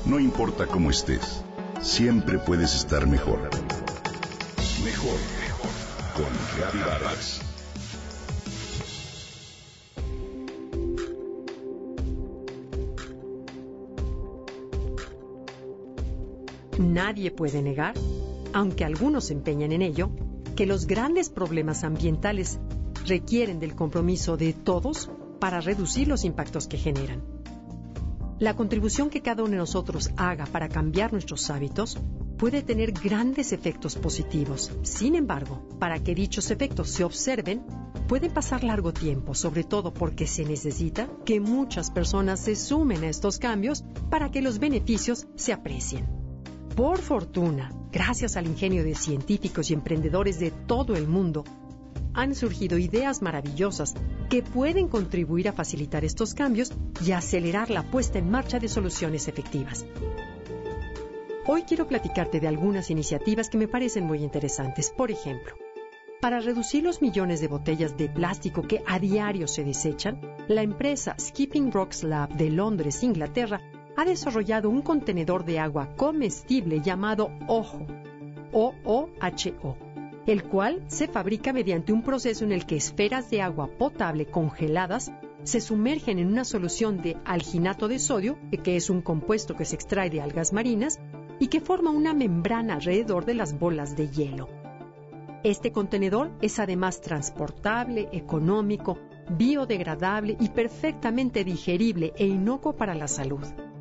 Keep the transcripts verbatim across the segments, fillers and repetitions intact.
No importa cómo estés, siempre puedes estar mejor. Mejor, mejor. Con Gaby Vargas. Nadie puede negar, aunque algunos se empeñan en ello, que los grandes problemas ambientales requieren del compromiso de todos para reducir los impactos que generan. La contribución que cada uno de nosotros haga para cambiar nuestros hábitos puede tener grandes efectos positivos. Sin embargo, para que dichos efectos se observen, pueden pasar largo tiempo, sobre todo porque se necesita que muchas personas se sumen a estos cambios para que los beneficios se aprecien. Por fortuna, gracias al ingenio de científicos y emprendedores de todo el mundo, han surgido ideas maravillosas que pueden contribuir a facilitar estos cambios y a acelerar la puesta en marcha de soluciones efectivas. Hoy quiero platicarte de algunas iniciativas que me parecen muy interesantes. Por ejemplo, para reducir los millones de botellas de plástico que a diario se desechan, la empresa Skipping Rocks Lab de Londres, Inglaterra, ha desarrollado un contenedor de agua comestible llamado OHO, O O H O, el cual se fabrica mediante un proceso en el que esferas de agua potable congeladas se sumergen en una solución de alginato de sodio, que es un compuesto que se extrae de algas marinas, y que forma una membrana alrededor de las bolas de hielo. Este contenedor es además transportable, económico, biodegradable y perfectamente digerible e inocuo para la salud.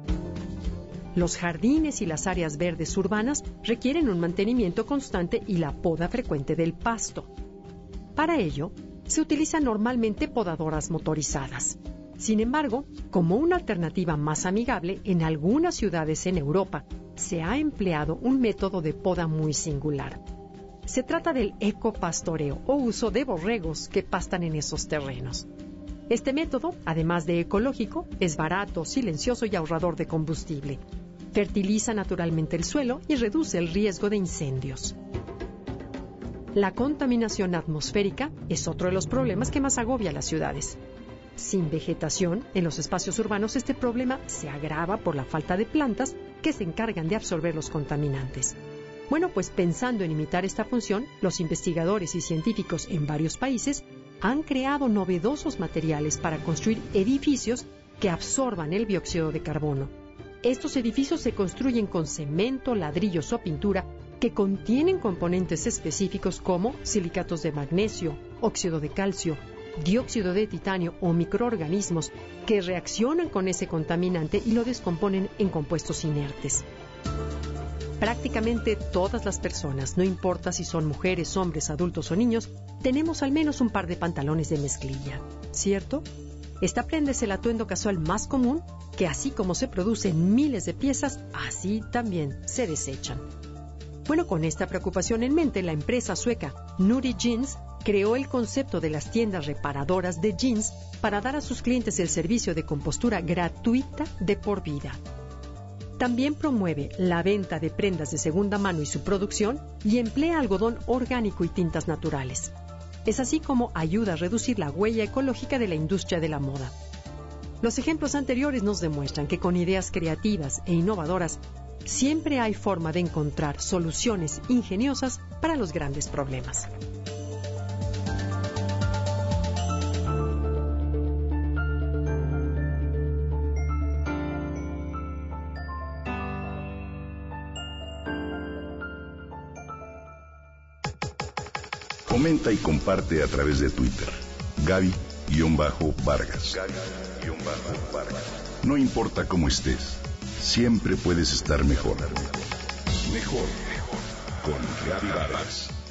Los jardines y las áreas verdes urbanas requieren un mantenimiento constante y la poda frecuente del pasto. Para ello, se utilizan normalmente podadoras motorizadas. Sin embargo, como una alternativa más amigable, en algunas ciudades en Europa se ha empleado un método de poda muy singular. Se trata del ecopastoreo o uso de borregos que pastan en esos terrenos. Este método, además de ecológico, es barato, silencioso y ahorrador de combustible. Fertiliza naturalmente el suelo y reduce el riesgo de incendios. La contaminación atmosférica es otro de los problemas que más agobia a las ciudades. Sin vegetación, en los espacios urbanos este problema se agrava por la falta de plantas que se encargan de absorber los contaminantes. Bueno, pues pensando en imitar esta función, los investigadores y científicos en varios países han creado novedosos materiales para construir edificios que absorban el dióxido de carbono. Estos edificios se construyen con cemento, ladrillos o pintura que contienen componentes específicos como silicatos de magnesio, óxido de calcio, dióxido de titanio o microorganismos que reaccionan con ese contaminante y lo descomponen en compuestos inertes. Prácticamente todas las personas, no importa si son mujeres, hombres, adultos o niños, tenemos al menos un par de pantalones de mezclilla, ¿cierto? Esta prenda es el atuendo casual más común, que así como se producen miles de piezas, así también se desechan. Bueno, con esta preocupación en mente, la empresa sueca Nudie Jeans creó el concepto de las tiendas reparadoras de jeans para dar a sus clientes el servicio de compostura gratuita de por vida. También promueve la venta de prendas de segunda mano y su producción y emplea algodón orgánico y tintas naturales. Es así como ayuda a reducir la huella ecológica de la industria de la moda. Los ejemplos anteriores nos demuestran que con ideas creativas e innovadoras siempre hay forma de encontrar soluciones ingeniosas para los grandes problemas. Comenta y comparte a través de Twitter. Gaby-Vargas. No importa cómo estés, siempre puedes estar mejor. Mejor, mejor. Con Gaby Vargas.